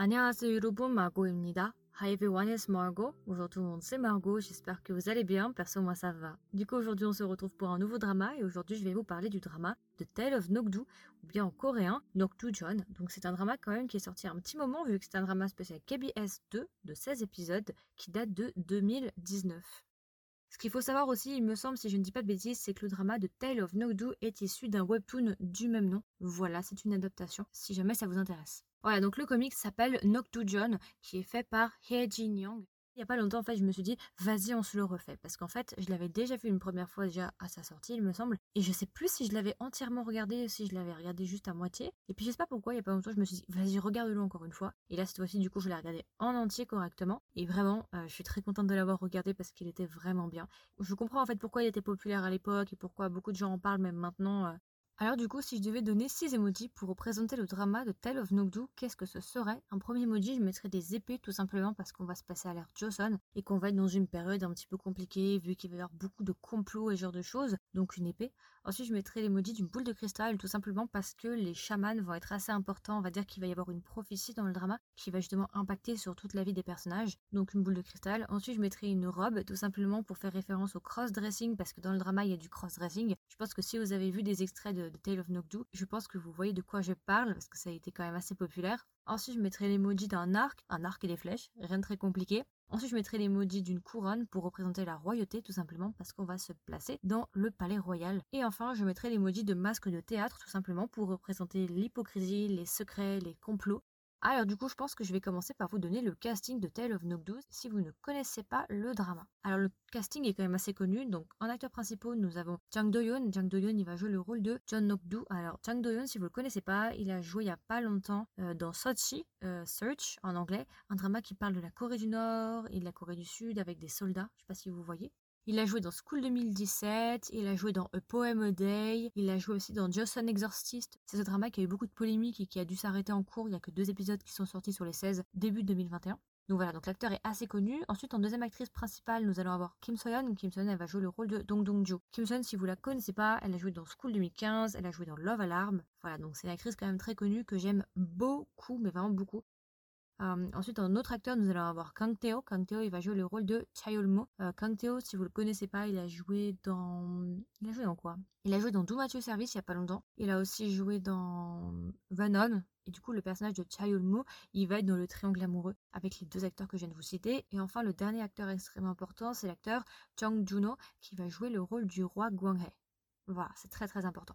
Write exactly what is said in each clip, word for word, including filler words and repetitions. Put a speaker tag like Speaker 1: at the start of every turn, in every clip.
Speaker 1: 안녕하세요 여러분, Margot입니다. Hi everyone, it's Margot. Bonjour tout le monde, c'est Margot. J'espère que vous allez bien. Perso, moi ça va. Du coup, aujourd'hui, on se retrouve pour un nouveau drama. Et aujourd'hui, je vais vous parler du drama The Tale of Nokdu, ou bien en coréen, Nokdujeon. Donc, c'est un drama quand même qui est sorti un petit moment, vu que c'est un drama spécial K B S deux de seize épisodes qui date de deux mille dix-neuf. Ce qu'il faut savoir aussi, il me semble, si je ne dis pas de bêtises, c'est que le drama de Tale of Nokdu est issu d'un webtoon du même nom. Voilà, c'est une adaptation, si jamais ça vous intéresse. Voilà, donc le comic s'appelle Nokdujeon, qui est fait par Hye Jin Young. Il n'y a pas longtemps, en fait, je me suis dit, vas-y, on se le refait. Parce qu'en fait, je l'avais déjà vu une première fois déjà à sa sortie, il me semble. Et je sais plus si je l'avais entièrement regardé, si je l'avais regardé juste à moitié. Et puis, je sais pas pourquoi, il n'y a pas longtemps, je me suis dit, vas-y, regarde-le encore une fois. Et là, cette fois-ci, du coup, je l'ai regardé en entier correctement. Et vraiment, euh, je suis très contente de l'avoir regardé parce qu'il était vraiment bien. Je comprends en fait pourquoi il était populaire à l'époque et pourquoi beaucoup de gens en parlent même maintenant. euh, alors du coup, si je devais donner six emojis pour représenter le drama de Tale of Nokdu, qu'est-ce que ce serait? Un premier emoji, je mettrais des épées tout simplement parce qu'on va se passer à l'ère Joseon et qu'on va être dans une période un petit peu compliquée vu qu'il va y avoir beaucoup de complots et ce genre de choses, donc une épée. Ensuite, je mettrais l'emoji d'une boule de cristal tout simplement parce que les chamans vont être assez importants. On va dire qu'il va y avoir une prophétie dans le drama qui va justement impacter sur toute la vie des personnages, donc une boule de cristal. Ensuite, je mettrais une robe tout simplement pour faire référence au cross-dressing parce que dans le drama, il y a du cross-dressing. Je pense que si vous avez vu des extraits de, de Tale of Nokdu, je pense que vous voyez de quoi je parle parce que ça a été quand même assez populaire. Ensuite, je mettrai l'emoji d'un arc, un arc et des flèches, rien de très compliqué. Ensuite, je mettrai l'emoji d'une couronne pour représenter la royauté, tout simplement parce qu'on va se placer dans le palais royal. Et enfin, je mettrai l'emoji de masque de théâtre, tout simplement pour représenter l'hypocrisie, les secrets, les complots. Alors du coup, je pense que je vais commencer par vous donner le casting de Tale of Nokdu si vous ne connaissez pas le drama. Alors le casting est quand même assez connu, donc en acteurs principaux, nous avons Jang Do-yeon. Jang Do-yeon, il va jouer le rôle de John Nokdu. Alors Jang Do-yeon, si vous le connaissez pas, il a joué il y a pas longtemps euh, dans Sochi, euh, Search en anglais, un drama qui parle de la Corée du Nord et de la Corée du Sud avec des soldats, je sais pas si vous voyez. Il a joué dans School deux mille dix-sept, il a joué dans A Poem a Day, il a joué aussi dans Joseon Exorcist. C'est ce drama qui a eu beaucoup de polémiques et qui a dû s'arrêter en cours. Il n'y a que deux épisodes qui sont sortis sur les seize, début deux mille vingt et un. Donc voilà, donc l'acteur est assez connu. Ensuite, en deuxième actrice principale, nous allons avoir Kim So-yeon. Kim So-yeon, elle va jouer le rôle de Dong Dong-ju. Kim So-yeon, si vous la connaissez pas, elle a joué dans School deux mille quinze, elle a joué dans Love Alarm. Voilà, donc c'est une actrice quand même très connue que j'aime beaucoup, mais vraiment beaucoup. Euh, ensuite, en autre acteur, nous allons avoir Kang Tae-ho. Kang Tae-ho, il va jouer le rôle de Chaeol-mo. Euh, Kang Tae-ho, si vous le connaissez pas, il a joué dans... Il a joué dans quoi? Il a joué dans Do Mature Service il y a pas longtemps. Il a aussi joué dans Venom. Et du coup, le personnage de Chaeol-mo, il va être dans le triangle amoureux avec les deux acteurs que je viens de vous citer. Et enfin, le dernier acteur extrêmement important, c'est l'acteur Jung Joon-ho qui va jouer le rôle du roi Gwang-hae. Voilà, c'est très très important.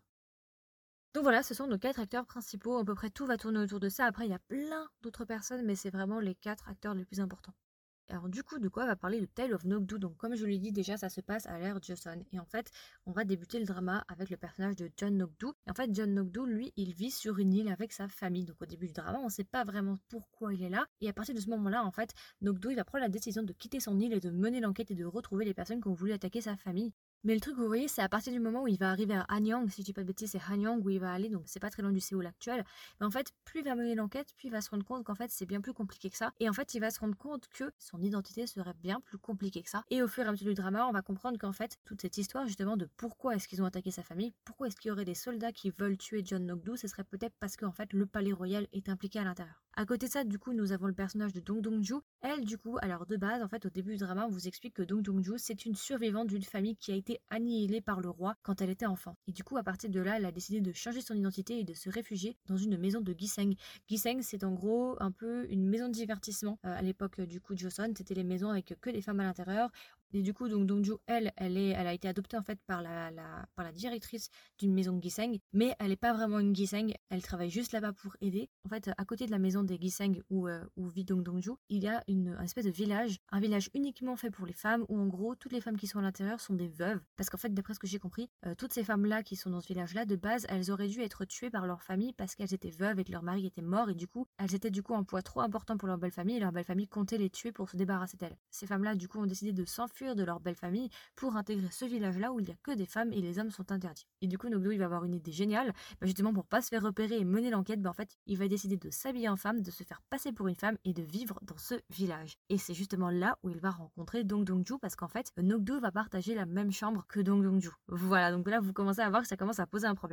Speaker 1: Donc voilà, ce sont nos quatre acteurs principaux. À peu près tout va tourner autour de ça. Après, il y a plein d'autres personnes, mais c'est vraiment les quatre acteurs les plus importants. Alors du coup, de quoi va parler le Tale of Nokdu? Donc comme je l'ai dit déjà, ça se passe à l'ère Joseon. Et en fait, on va débuter le drama avec le personnage de John Nokdu. Et en fait, John Nokdu, lui, il vit sur une île avec sa famille. Donc au début du drama, on ne sait pas vraiment pourquoi il est là. Et à partir de ce moment-là, en fait, Nokdu, il va prendre la décision de quitter son île et de mener l'enquête et de retrouver les personnes qui ont voulu attaquer sa famille. Mais le truc, vous voyez, c'est à partir du moment où il va arriver à Hanyang, si je dis pas de bêtises, c'est Hanyang où il va aller, donc c'est pas très loin du Séoul actuel. Mais en fait, plus il va mener l'enquête, plus il va se rendre compte qu'en fait, c'est bien plus compliqué que ça. Et en fait, il va se rendre compte que son identité serait bien plus compliquée que ça. Et au fur et à mesure du drama, on va comprendre qu'en fait, toute cette histoire justement de pourquoi est-ce qu'ils ont attaqué sa famille, pourquoi est-ce qu'il y aurait des soldats qui veulent tuer John Nokdu, ce serait peut-être parce qu'en fait, le palais royal est impliqué à l'intérieur. À côté de ça, du coup, nous avons le personnage de Dong Dong-ju. Elle, du coup, alors de base, en fait, au début du drama, on vous explique que Dong Dong-ju, c'est une survivante d'une famille qui a été annihilée par le roi quand elle était enfant. Et du coup, à partir de là, elle a décidé de changer son identité et de se réfugier dans une maison de Giseng. Giseng, c'est en gros un peu une maison de divertissement. Euh, à l'époque du coup de Joseon, c'était les maisons avec que des femmes à l'intérieur. Et du coup, donc Dongju, elle, elle, est, elle a été adoptée en fait par la, la, par la directrice d'une maison Giseng, mais elle n'est pas vraiment une Giseng, elle travaille juste là-bas pour aider. En fait, à côté de la maison des Giseng où, euh, où vit Dong Dongju, il y a une, un espèce de village, un village uniquement fait pour les femmes, où en gros, toutes les femmes qui sont à l'intérieur sont des veuves. Parce qu'en fait, d'après ce que j'ai compris, euh, toutes ces femmes-là qui sont dans ce village-là, de base, elles auraient dû être tuées par leur famille parce qu'elles étaient veuves et que leur mari était mort, et du coup, elles étaient du coup un poids trop important pour leur belle famille, et leur belle famille comptait les tuer pour se débarrasser d'elles. Ces femmes-là, du coup, ont décidé de s'enfuir de leur belle famille pour intégrer ce village-là où il n'y a que des femmes et les hommes sont interdits. Et du coup, Nokdu, il va avoir une idée géniale, bah justement pour pas se faire repérer et mener l'enquête, bah en fait, il va décider de s'habiller en femme, de se faire passer pour une femme et de vivre dans ce village. Et c'est justement là où il va rencontrer Dong Dongju parce qu'en fait, Nokdu va partager la même chambre que Dong Dongju. Voilà, donc là, vous commencez à voir que ça commence à poser un problème.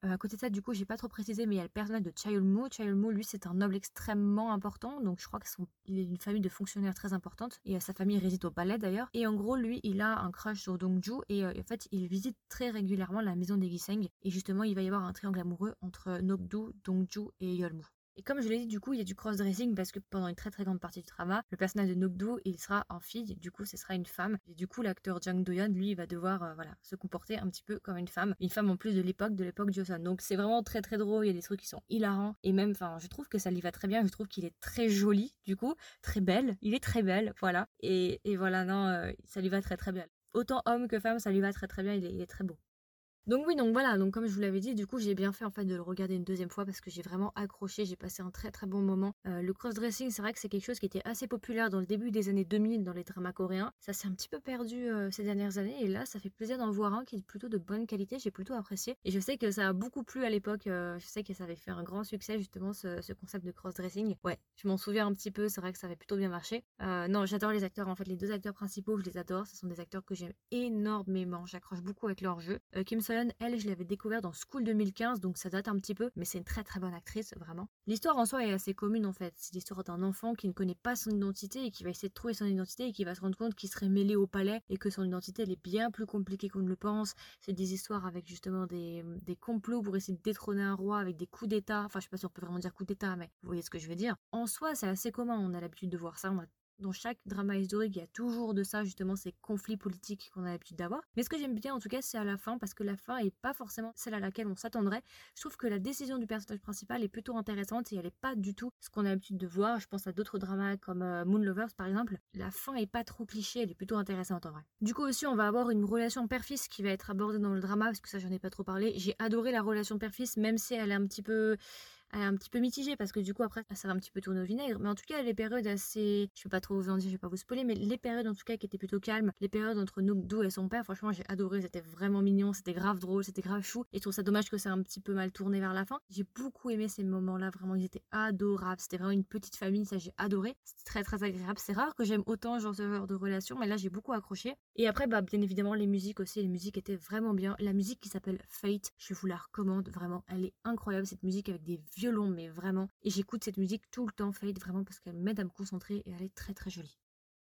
Speaker 1: Euh, à côté de ça, du coup, j'ai pas trop précisé, mais il y a le personnage de Chaeul-Moo. Chaeul-Moo, lui, c'est un noble extrêmement important, donc je crois qu'il est d'une famille de fonctionnaires très importante, et euh, sa famille réside au palais d'ailleurs. Et en gros, lui, il a un crush sur Dongju, et euh, en fait, il visite très régulièrement la maison des Giseng, et justement, il va y avoir un triangle amoureux entre Nokdu, Dongju et Yeolmu. Et comme je l'ai dit, du coup, il y a du cross-dressing parce que pendant une très très grande partie du drama, le personnage de Nokdu, il sera en fille, du coup, ce sera une femme. Et du coup, l'acteur Jang Do-yeon, lui, il va devoir euh, voilà, se comporter un petit peu comme une femme. Une femme en plus de l'époque, de l'époque Joseon. Donc c'est vraiment très très drôle, il y a des trucs qui sont hilarants. Et même, enfin, je trouve que ça lui va très bien, je trouve qu'il est très joli, du coup, très belle. Il est très belle, voilà. Et, et voilà, non, euh, ça lui va très très bien. Autant homme que femme, ça lui va très très bien, il est, il est très beau. Donc oui, donc voilà, donc comme je vous l'avais dit, du coup j'ai bien fait en fait de le regarder une deuxième fois parce que j'ai vraiment accroché, j'ai passé un très très bon moment. Euh, le cross-dressing, c'est vrai que c'est quelque chose qui était assez populaire dans le début des années deux mille dans les dramas coréens. Ça s'est un petit peu perdu euh, ces dernières années et là ça fait plaisir d'en voir un qui est plutôt de bonne qualité, j'ai plutôt apprécié. Et je sais que ça a beaucoup plu à l'époque, euh, je sais que ça avait fait un grand succès justement ce, ce concept de cross-dressing. Ouais, je m'en souviens un petit peu, c'est vrai que ça avait plutôt bien marché. Euh, non, j'adore les acteurs, en fait les deux acteurs principaux, je les adore, ce sont des acteurs que j'aime énormément, j'accroche beaucoup avec leur jeu. Euh, Kim So-yeon, elle, je l'avais découvert dans School deux mille quinze, donc ça date un petit peu, mais c'est une très très bonne actrice, vraiment. L'histoire en soi est assez commune en fait. C'est l'histoire d'un enfant qui ne connaît pas son identité et qui va essayer de trouver son identité et qui va se rendre compte qu'il serait mêlé au palais et que son identité elle est bien plus compliquée qu'on ne le pense. C'est des histoires avec justement des, des complots pour essayer de détrôner un roi avec des coups d'état. Enfin, je sais pas si on peut vraiment dire coups d'état, mais vous voyez ce que je veux dire. En soi, c'est assez commun, on a l'habitude de voir ça. On a Dans chaque drama historique, il y a toujours de ça, justement, ces conflits politiques qu'on a l'habitude d'avoir. Mais ce que j'aime bien, en tout cas, c'est à la fin, parce que la fin est pas forcément celle à laquelle on s'attendrait. Je trouve que la décision du personnage principal est plutôt intéressante et elle est pas du tout ce qu'on a l'habitude de voir. Je pense à d'autres dramas comme euh, Moon Lovers, par exemple. La fin est pas trop cliché, elle est plutôt intéressante en vrai. Du coup, aussi, on va avoir une relation père-fils qui va être abordée dans le drama, parce que ça, j'en ai pas trop parlé. J'ai adoré la relation père-fils, même si elle est un petit peu... Elle est un petit peu mitigée parce que du coup après ça va un petit peu tourner au vinaigre, mais en tout cas les périodes assez, je vais pas trop vous en dire, je vais pas vous spoiler, mais les périodes en tout cas qui étaient plutôt calmes, les périodes entre Nokdu et son père, franchement j'ai adoré, c'était vraiment mignon, c'était grave drôle, c'était grave chou, et je trouve ça dommage que ça a un petit peu mal tourné vers la fin. J'ai beaucoup aimé ces moments là, vraiment ils étaient adorables, c'était vraiment une petite famille, ça j'ai adoré, c'était très très agréable. C'est rare que j'aime autant genre ce genre de relation, mais là j'ai beaucoup accroché. Et après bah bien évidemment les musiques aussi, les musiques étaient vraiment bien. La musique qui s'appelle Fate, je vous la recommande vraiment, elle est incroyable cette musique avec des violons, mais vraiment. Et j'écoute cette musique tout le temps, Fate, vraiment parce qu'elle m'aide à me concentrer et elle est très très jolie.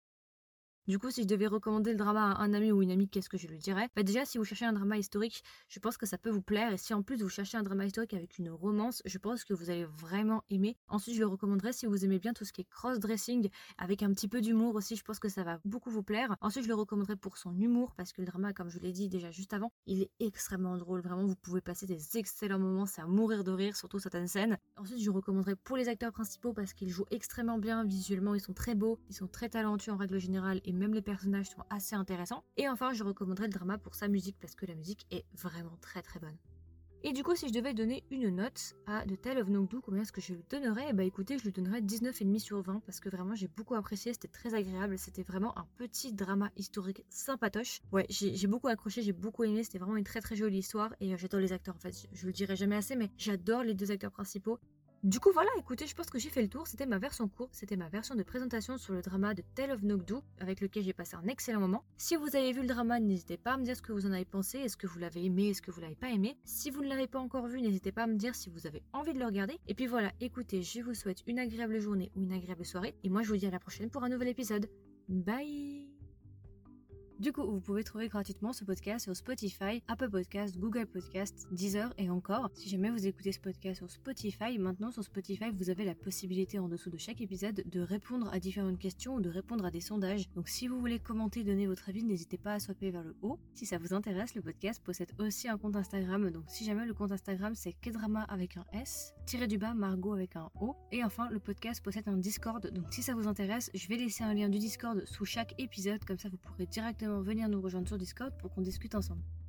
Speaker 1: Du coup, si je devais recommander le drama à un ami ou une amie, qu'est-ce que je lui dirais? Bah déjà, si vous cherchez un drama historique, je pense que ça peut vous plaire. Et si en plus vous cherchez un drama historique avec une romance, je pense que vous allez vraiment aimer. Ensuite, je le recommanderais si vous aimez bien tout ce qui est cross-dressing, avec un petit peu d'humour aussi, je pense que ça va beaucoup vous plaire. Ensuite, je le recommanderais pour son humour, parce que le drama, comme je l'ai dit déjà juste avant, il est extrêmement drôle. Vraiment, vous pouvez passer des excellents moments, c'est à mourir de rire, surtout certaines scènes. Ensuite, je le recommanderais pour les acteurs principaux, parce qu'ils jouent extrêmement bien visuellement, ils sont très beaux, ils sont très talentueux en règle générale, et même les personnages sont assez intéressants. Et enfin, je recommanderais le drama pour sa musique parce que la musique est vraiment très très bonne. Et du coup, si je devais donner une note à The Tale of Nokdu, combien est-ce que je lui donnerais? Bah écoutez, je lui donnerais dix-neuf virgule cinq sur vingt parce que vraiment j'ai beaucoup apprécié, c'était très agréable, c'était vraiment un petit drama historique sympatoche. Ouais, j'ai beaucoup accroché, j'ai beaucoup aimé, c'était vraiment une très très jolie histoire et euh, j'adore les acteurs en fait, je, je le dirai jamais assez, mais j'adore les deux acteurs principaux. Du coup voilà, écoutez, je pense que j'ai fait le tour, c'était ma version courte, c'était ma version de présentation sur le drama de Tale of Nokdu, avec lequel j'ai passé un excellent moment. Si vous avez vu le drama, n'hésitez pas à me dire ce que vous en avez pensé, est-ce que vous l'avez aimé, est-ce que vous l'avez pas aimé. Si vous ne l'avez pas encore vu, n'hésitez pas à me dire si vous avez envie de le regarder. Et puis voilà, écoutez, je vous souhaite une agréable journée ou une agréable soirée, et moi je vous dis à la prochaine pour un nouvel épisode. Bye. Du coup, vous pouvez trouver gratuitement ce podcast sur Spotify, Apple Podcasts, Google Podcasts, Deezer et encore. Si jamais vous écoutez ce podcast sur Spotify, maintenant sur Spotify, vous avez la possibilité en dessous de chaque épisode de répondre à différentes questions ou de répondre à des sondages. Donc si vous voulez commenter, donner votre avis, n'hésitez pas à swiper vers le haut. Si ça vous intéresse, le podcast possède aussi un compte Instagram. Donc si jamais le compte Instagram c'est Kedrama avec un S, tiré du bas Margot avec un O. Et enfin, le podcast possède un Discord. Donc si ça vous intéresse, je vais laisser un lien du Discord sous chaque épisode, comme ça vous pourrez directement venir nous rejoindre sur Discord pour qu'on discute ensemble.